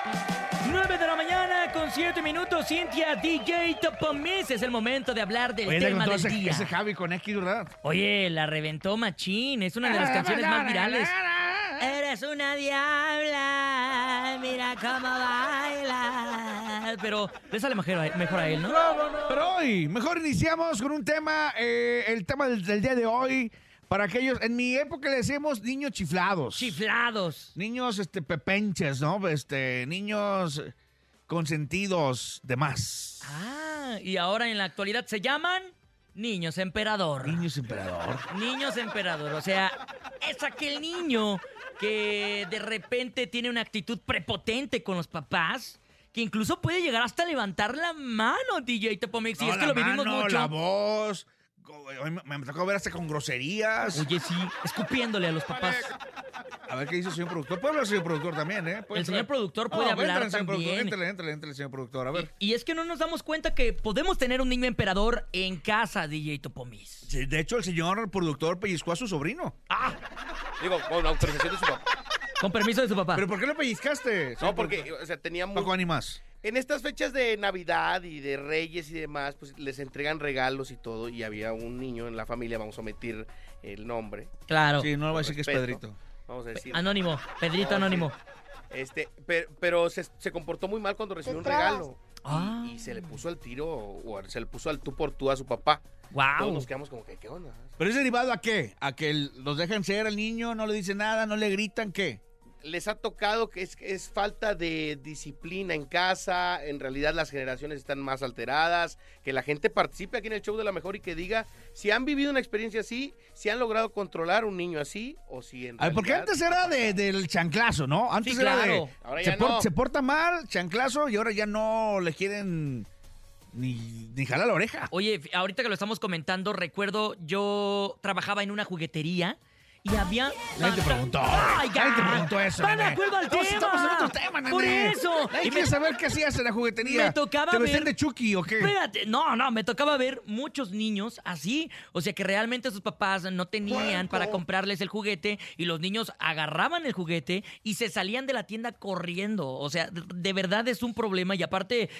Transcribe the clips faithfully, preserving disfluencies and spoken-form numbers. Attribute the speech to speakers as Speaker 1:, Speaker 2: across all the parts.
Speaker 1: nueve de la mañana con siete minutos, Cintia, D J Topomis. Es el momento de hablar del
Speaker 2: Oye,
Speaker 1: tema del
Speaker 2: ese,
Speaker 1: día.
Speaker 2: ese Javi con X, ¿verdad?
Speaker 1: Oye, la reventó machín. Es una de las canciones más virales. Eres una diabla, mira cómo baila. Pero le sale mejor a, mejor a él, ¿no?
Speaker 2: Pero hoy, mejor iniciamos con un tema, eh, el tema del, del día de hoy. Para aquellos, en mi época le decíamos niños chiflados.
Speaker 1: Chiflados.
Speaker 2: Niños este, pepenches, ¿no? Este, niños consentidos de más.
Speaker 1: Ah, y ahora en la actualidad se llaman niños emperador.
Speaker 2: Niños emperador.
Speaker 1: Niños emperador, o sea, es aquel niño que de repente tiene una actitud prepotente con los papás, que incluso puede llegar hasta levantar la mano, D J Topomix, y
Speaker 2: No,
Speaker 1: es que
Speaker 2: la
Speaker 1: lo vivimos
Speaker 2: mano,
Speaker 1: mucho.
Speaker 2: la voz. Hoy me, me tocó ver hasta con groserías.
Speaker 1: Oye, sí, escupiéndole a los papás.
Speaker 2: A ver qué dice el señor productor. Puede hablar el señor productor también, ¿eh? Puede
Speaker 1: El señor
Speaker 2: entrar.
Speaker 1: productor puede
Speaker 2: No,
Speaker 1: hablar
Speaker 2: éntrale, señor productor,
Speaker 1: también.
Speaker 2: Éntrale, éntrale, éntrale, señor productor. A ver.
Speaker 1: Y es que no nos damos cuenta que podemos tener un niño emperador en casa, D J Topomis.
Speaker 2: Sí, de hecho, el señor productor pellizcó a su sobrino.
Speaker 1: ¡Ah!
Speaker 3: Digo, con autorización de su papá.
Speaker 1: Con permiso de su papá.
Speaker 2: ¿Pero por qué lo pellizcaste?
Speaker 3: No, porque, o sea, teníamos...
Speaker 2: Paco Animas.
Speaker 3: En estas fechas de Navidad y de Reyes y demás, pues les entregan regalos y todo, y había un niño en la familia, vamos a omitir el nombre.
Speaker 1: Claro.
Speaker 2: Sí, no le voy a decir que es
Speaker 3: Respeto.
Speaker 2: Pedrito.
Speaker 3: Vamos a decir.
Speaker 1: Anónimo, Pedrito
Speaker 3: No,
Speaker 1: Anónimo.
Speaker 3: sí. Este, pero, pero se, se comportó muy mal cuando recibió un regalo.
Speaker 1: Ah.
Speaker 3: Y, y se le puso al tiro, o se le puso al tú por tú a su papá. Todos
Speaker 1: Wow.
Speaker 3: nos quedamos como que, ¿qué onda?
Speaker 2: ¿Pero es derivado a qué? ¿A que los dejan ser al niño, no le dicen nada, no le gritan, qué?
Speaker 3: Les ha tocado que es, es falta de disciplina en casa, en realidad las generaciones están más alteradas, que la gente participe aquí en el show de la mejor y que diga si han vivido una experiencia así, si han logrado controlar un niño así, o si en
Speaker 2: A ver, porque
Speaker 3: realidad-
Speaker 2: antes era de, del chanclazo, ¿no? Antes
Speaker 1: Sí,
Speaker 2: era
Speaker 1: claro.
Speaker 2: de...
Speaker 3: Ahora
Speaker 2: se,
Speaker 3: ya
Speaker 2: por-
Speaker 3: no.
Speaker 2: se porta mal, chanclazo, y ahora ya no le quieren ni, ni jalar la oreja.
Speaker 1: Oye, ahorita que lo estamos comentando, recuerdo, yo trabajaba en una juguetería y había...
Speaker 2: Nadie te preguntó.
Speaker 1: ¡Ay, ya!
Speaker 2: Nadie te preguntó eso,
Speaker 1: ¡Va de
Speaker 2: nene.
Speaker 1: acuerdo al
Speaker 2: Estamos-
Speaker 1: tema!
Speaker 2: Estamos en otro tema, nene.
Speaker 1: ¡Por eso!
Speaker 2: Nadie
Speaker 1: Y me-
Speaker 2: quiere saber qué hacías en la juguetería.
Speaker 1: Me tocaba
Speaker 2: ¿Te vestían
Speaker 1: ver-
Speaker 2: de Chucky o qué?
Speaker 1: Espérate, no, no, me tocaba ver muchos niños así, o sea que realmente sus papás no tenían para comprarles el juguete y los niños agarraban el juguete y se salían de la tienda corriendo, o sea, de, de verdad es un problema y aparte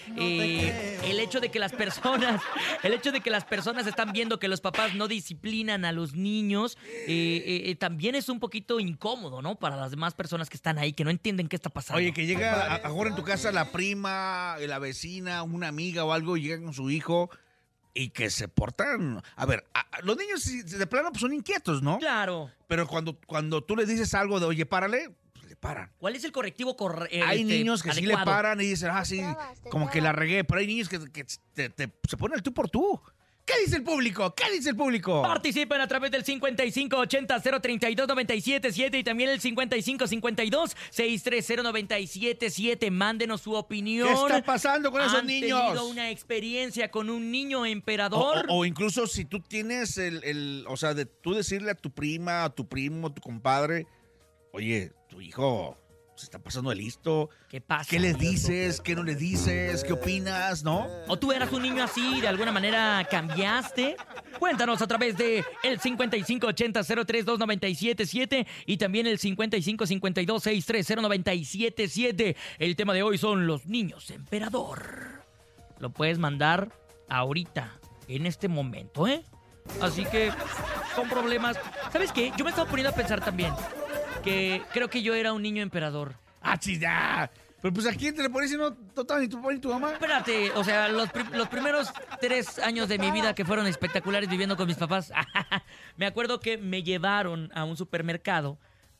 Speaker 1: eh, el hecho de que las personas, el hecho de que las personas están viendo que los papás no disciplinan a los niños, eh, eh, eh, también es un poquito incómodo, ¿no? Para las demás personas que están ahí, que no entienden qué está pasando.
Speaker 2: Oye, que llega a- ahora en tu casa la prima, la vecina, una amiga o algo, y llega con su hijo y que se portan... A ver, a- a- los niños sí, de plano pues, son inquietos, ¿no?
Speaker 1: Claro.
Speaker 2: Pero cuando, cuando tú les dices algo de, oye, párale, pues le paran.
Speaker 1: ¿Cuál es el correctivo correcto?
Speaker 2: Hay niños que sí le paran y dicen, ah, sí,
Speaker 4: trabas, te
Speaker 2: como que la regué. Pero hay niños que, que te- te- se ponen el tú por tú. ¿Qué dice el público? ¿Qué dice el público?
Speaker 1: Participen a través del cincuenta y cinco ochenta cero treinta y dos noventa y siete siete y también el cincuenta y cinco cincuenta y dos sesenta y tres cero noventa y siete siete. Mándenos su opinión.
Speaker 2: ¿Qué está pasando con esos
Speaker 1: ¿Han
Speaker 2: niños?
Speaker 1: tenido una experiencia con un niño
Speaker 2: O,
Speaker 1: emperador?
Speaker 2: o- o incluso si tú tienes el, el- o sea, de tú decirle a tu prima, a tu primo, a tu compadre, oye, tu hijo se está pasando de listo.
Speaker 1: ¿Qué pasa?
Speaker 2: ¿Qué les dices? ¿Qué no les dices? ¿Qué opinas? ¿No?
Speaker 1: ¿O tú eras un niño así, de alguna manera cambiaste? Cuéntanos a través de el cincuenta y cinco ochenta cero treinta y dos noventa y siete siete y también el cincuenta y cinco cincuenta y dos sesenta y tres cero noventa y siete siete. El tema de hoy son los niños emperador. Lo puedes mandar ahorita, en este momento, ¿eh? Así que son problemas. ¿Sabes qué? Yo me estaba poniendo a pensar también que creo que yo era un niño emperador.
Speaker 2: ¡Ah, chida! Pero pues a quién te le pones si no, total, ni tu papá ni tu mamá.
Speaker 1: Espérate, o sea, los, pri- los primeros tres años de mi vida que fueron espectaculares viviendo con mis papás, me acuerdo que me llevaron a un supermercado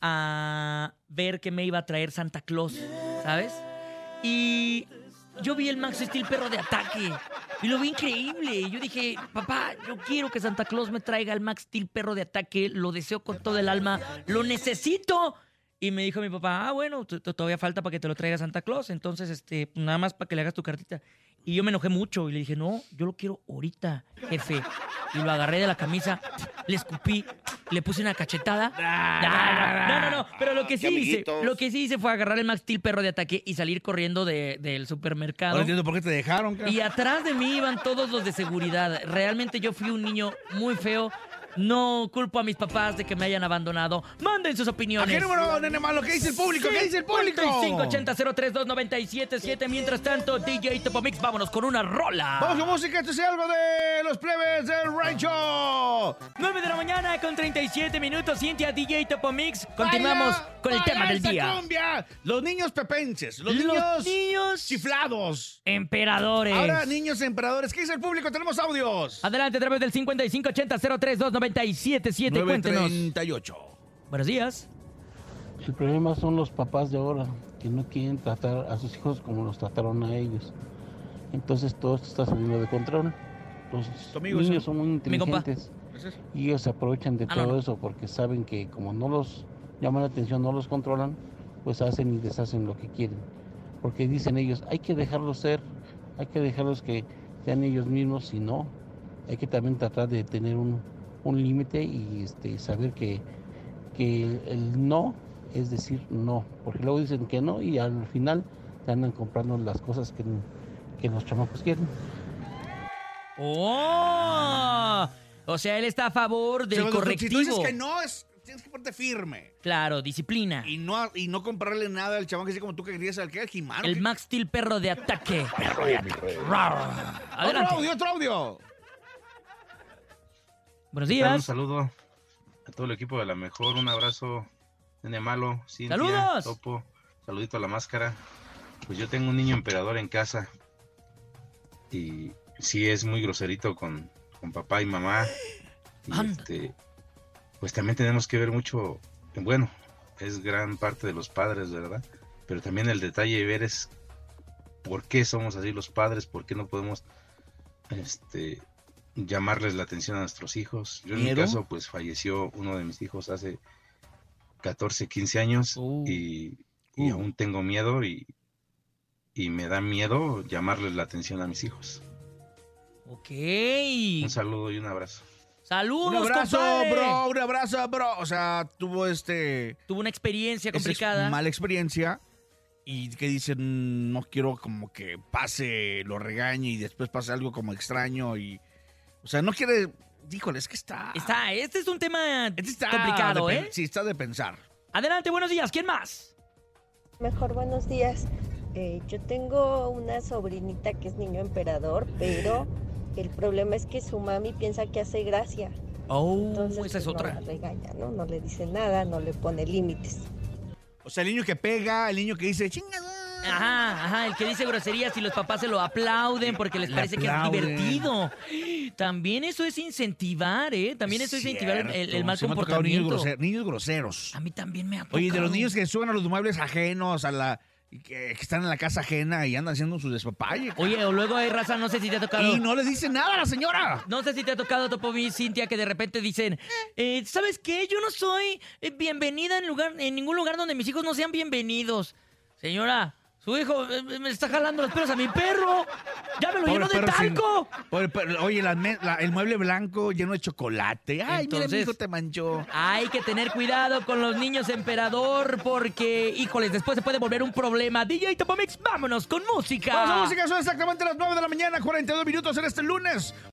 Speaker 1: a ver qué me iba a traer Santa Claus, ¿sabes? Y yo vi el Max Steel perro de ataque y lo vi increíble. Yo dije, papá, yo quiero que Santa Claus me traiga el Max Steel perro de ataque, lo deseo con todo el alma, lo necesito. Y me dijo mi papá, ah, bueno, t- t- todavía falta para que te lo traiga Santa Claus, entonces, este, nada más para que le hagas tu cartita. Y yo me enojé mucho y le dije, no, yo lo quiero ahorita, jefe. Y lo agarré de la camisa, le escupí, le puse una cachetada. No, no, no, pero lo que sí
Speaker 3: Qué
Speaker 1: hice,
Speaker 3: amiguitos.
Speaker 1: lo que sí hice fue agarrar el Max Steel perro de ataque y salir corriendo de- del supermercado.
Speaker 2: Ahora entiendo por qué te dejaron, cara.
Speaker 1: Y atrás de mí iban todos los de seguridad. Realmente yo fui un niño muy feo. No culpo a mis papás de que me hayan abandonado. Manden sus
Speaker 2: ¿A
Speaker 1: opiniones.
Speaker 2: qué número, nene malo? ¿Qué dice el público? ¿Qué dice el público?
Speaker 1: cinco ochenta cero tres dos nueve siete siete. Mientras tanto, D J Topomix, vámonos con una rola.
Speaker 2: Vamos con música, esto es algo de los plebes del rancho.
Speaker 1: nueve de la mañana con treinta y siete minutos. Cintia, D J Topomix. Continuamos
Speaker 2: Baila,
Speaker 1: con el
Speaker 2: baila
Speaker 1: tema del
Speaker 2: esa
Speaker 1: día.
Speaker 2: cumbia. Los niños pepenses, los,
Speaker 1: Los
Speaker 2: niños,
Speaker 1: niños
Speaker 2: chiflados.
Speaker 1: emperadores.
Speaker 2: Ahora, niños emperadores. ¿Qué dice el público? Tenemos audios.
Speaker 1: Adelante a través del cincuenta y cinco ochenta cero tres dos nueve siete siete.
Speaker 2: nueve
Speaker 1: Cuéntenos.
Speaker 2: treinta y ocho.
Speaker 1: Buenos días.
Speaker 4: El problema son los papás de ahora, que no quieren tratar a sus hijos como los trataron a ellos. Entonces todo esto está saliendo de control. Los
Speaker 2: Tu amigo,
Speaker 4: niños
Speaker 2: ese.
Speaker 4: son muy
Speaker 1: Mi compa.
Speaker 4: inteligentes y ellos se aprovechan de
Speaker 1: Ah,
Speaker 4: todo
Speaker 1: no, no.
Speaker 4: eso porque saben que como no los llaman la atención, no los controlan, pues hacen y deshacen lo que quieren. Porque dicen ellos, hay que dejarlos ser, hay que dejarlos que sean ellos mismos, y no, hay que también tratar de tener un, un límite y este, saber que, que el, el no es decir no, porque luego dicen que no y al final te andan comprando las cosas que, que los chamacos quieren.
Speaker 1: ¡Oh! O sea, él está a favor del
Speaker 2: Segundo,
Speaker 1: correctivo.
Speaker 2: Si tú dices que no, es, tienes que ponerte firme.
Speaker 1: Claro, disciplina.
Speaker 2: Y no, y no comprarle nada al chabón que así como tú que querías al que al Jimano.
Speaker 1: El
Speaker 2: que-
Speaker 1: Max Steel perro de ataque. Rar.
Speaker 2: Otro
Speaker 1: Adelante.
Speaker 2: audio, otro audio.
Speaker 1: Buenos
Speaker 5: ¿Qué tal? Un
Speaker 1: días.
Speaker 5: saludo a todo el equipo de La Mejor, un abrazo, Nene Malo, Cintia,
Speaker 1: ¡Saludos!
Speaker 5: Topo, saludito a la máscara. Pues yo tengo un niño emperador en casa y sí es muy groserito con, con papá y mamá. Y
Speaker 1: Anda.
Speaker 5: este, pues también tenemos que ver mucho, bueno, es gran parte de los padres, ¿verdad? Pero también el detalle de ver es por qué somos así los padres, por qué no podemos este llamarles la atención a nuestros hijos. Yo en mi
Speaker 2: ¿Miedo?
Speaker 5: caso, pues falleció uno de mis hijos hace catorce, quince años
Speaker 1: Uh.
Speaker 5: y, y
Speaker 2: Uh.
Speaker 5: aún tengo miedo y, y me da miedo llamarles la atención a mis hijos.
Speaker 1: Ok.
Speaker 5: Un saludo y un abrazo.
Speaker 1: Saludos,
Speaker 2: Un abrazo,
Speaker 1: compadre.
Speaker 2: bro, un abrazo, bro. O sea, tuvo este...
Speaker 1: Tuvo una experiencia
Speaker 2: esa
Speaker 1: complicada.
Speaker 2: mala experiencia y que dicen, no quiero como que pase, lo regañe y después pase algo como extraño y... O sea, no quiere... Híjole, es que está...
Speaker 1: Está, este es un tema
Speaker 2: este está
Speaker 1: complicado,
Speaker 2: de pen-
Speaker 1: ¿eh?
Speaker 2: Sí, está de pensar.
Speaker 1: Adelante, buenos días. ¿Quién más?
Speaker 6: Mejor buenos días. Eh, yo tengo una sobrinita que es niño emperador, pero el problema es que su mami piensa que hace gracia.
Speaker 1: Oh,
Speaker 6: Entonces,
Speaker 1: esa es
Speaker 6: pues,
Speaker 1: otra.
Speaker 6: No la regaña, ¿no? No le dice nada, no le pone límites.
Speaker 2: O sea, el niño que pega, el niño que dice, chingada.
Speaker 1: Ajá, ajá, el que dice groserías y los papás se lo aplauden porque les
Speaker 2: Le
Speaker 1: parece que es
Speaker 2: aplauden.
Speaker 1: divertido. También eso es incentivar, ¿eh? También eso es incentivar el, el- el mal
Speaker 2: Se me han tocado niños,
Speaker 1: comportamiento.
Speaker 2: groser- niños groseros.
Speaker 1: A mí también me ha tocado.
Speaker 2: Oye, de los niños que suben a los muebles ajenos, a la que, que están en la casa ajena y andan haciendo su despapalle.
Speaker 1: Oye, o luego hay raza, no sé si te ha tocado.
Speaker 2: Y no le dice nada a la señora.
Speaker 1: No sé si te ha tocado, Topo y Cintia, que de repente dicen, eh, ¿sabes qué? Yo no soy eh, bienvenida en, lugar, en ningún lugar donde mis hijos no sean bienvenidos. Señora, su hijo eh, me está jalando los pelos a mi perro. ¡Ya me lo lleno de
Speaker 2: perro sin-
Speaker 1: talco!
Speaker 2: Pobre perro. Oye, la me- la- el mueble blanco lleno de chocolate. Ay, mira, mi
Speaker 1: Entonces-
Speaker 2: hijo te manchó.
Speaker 1: Hay que tener cuidado con los niños emperador porque, híjoles, después se puede volver un problema. D J Topomix, vámonos con música.
Speaker 2: Vamos a música, son exactamente las nueve de la mañana, cuarenta y dos minutos en este lunes.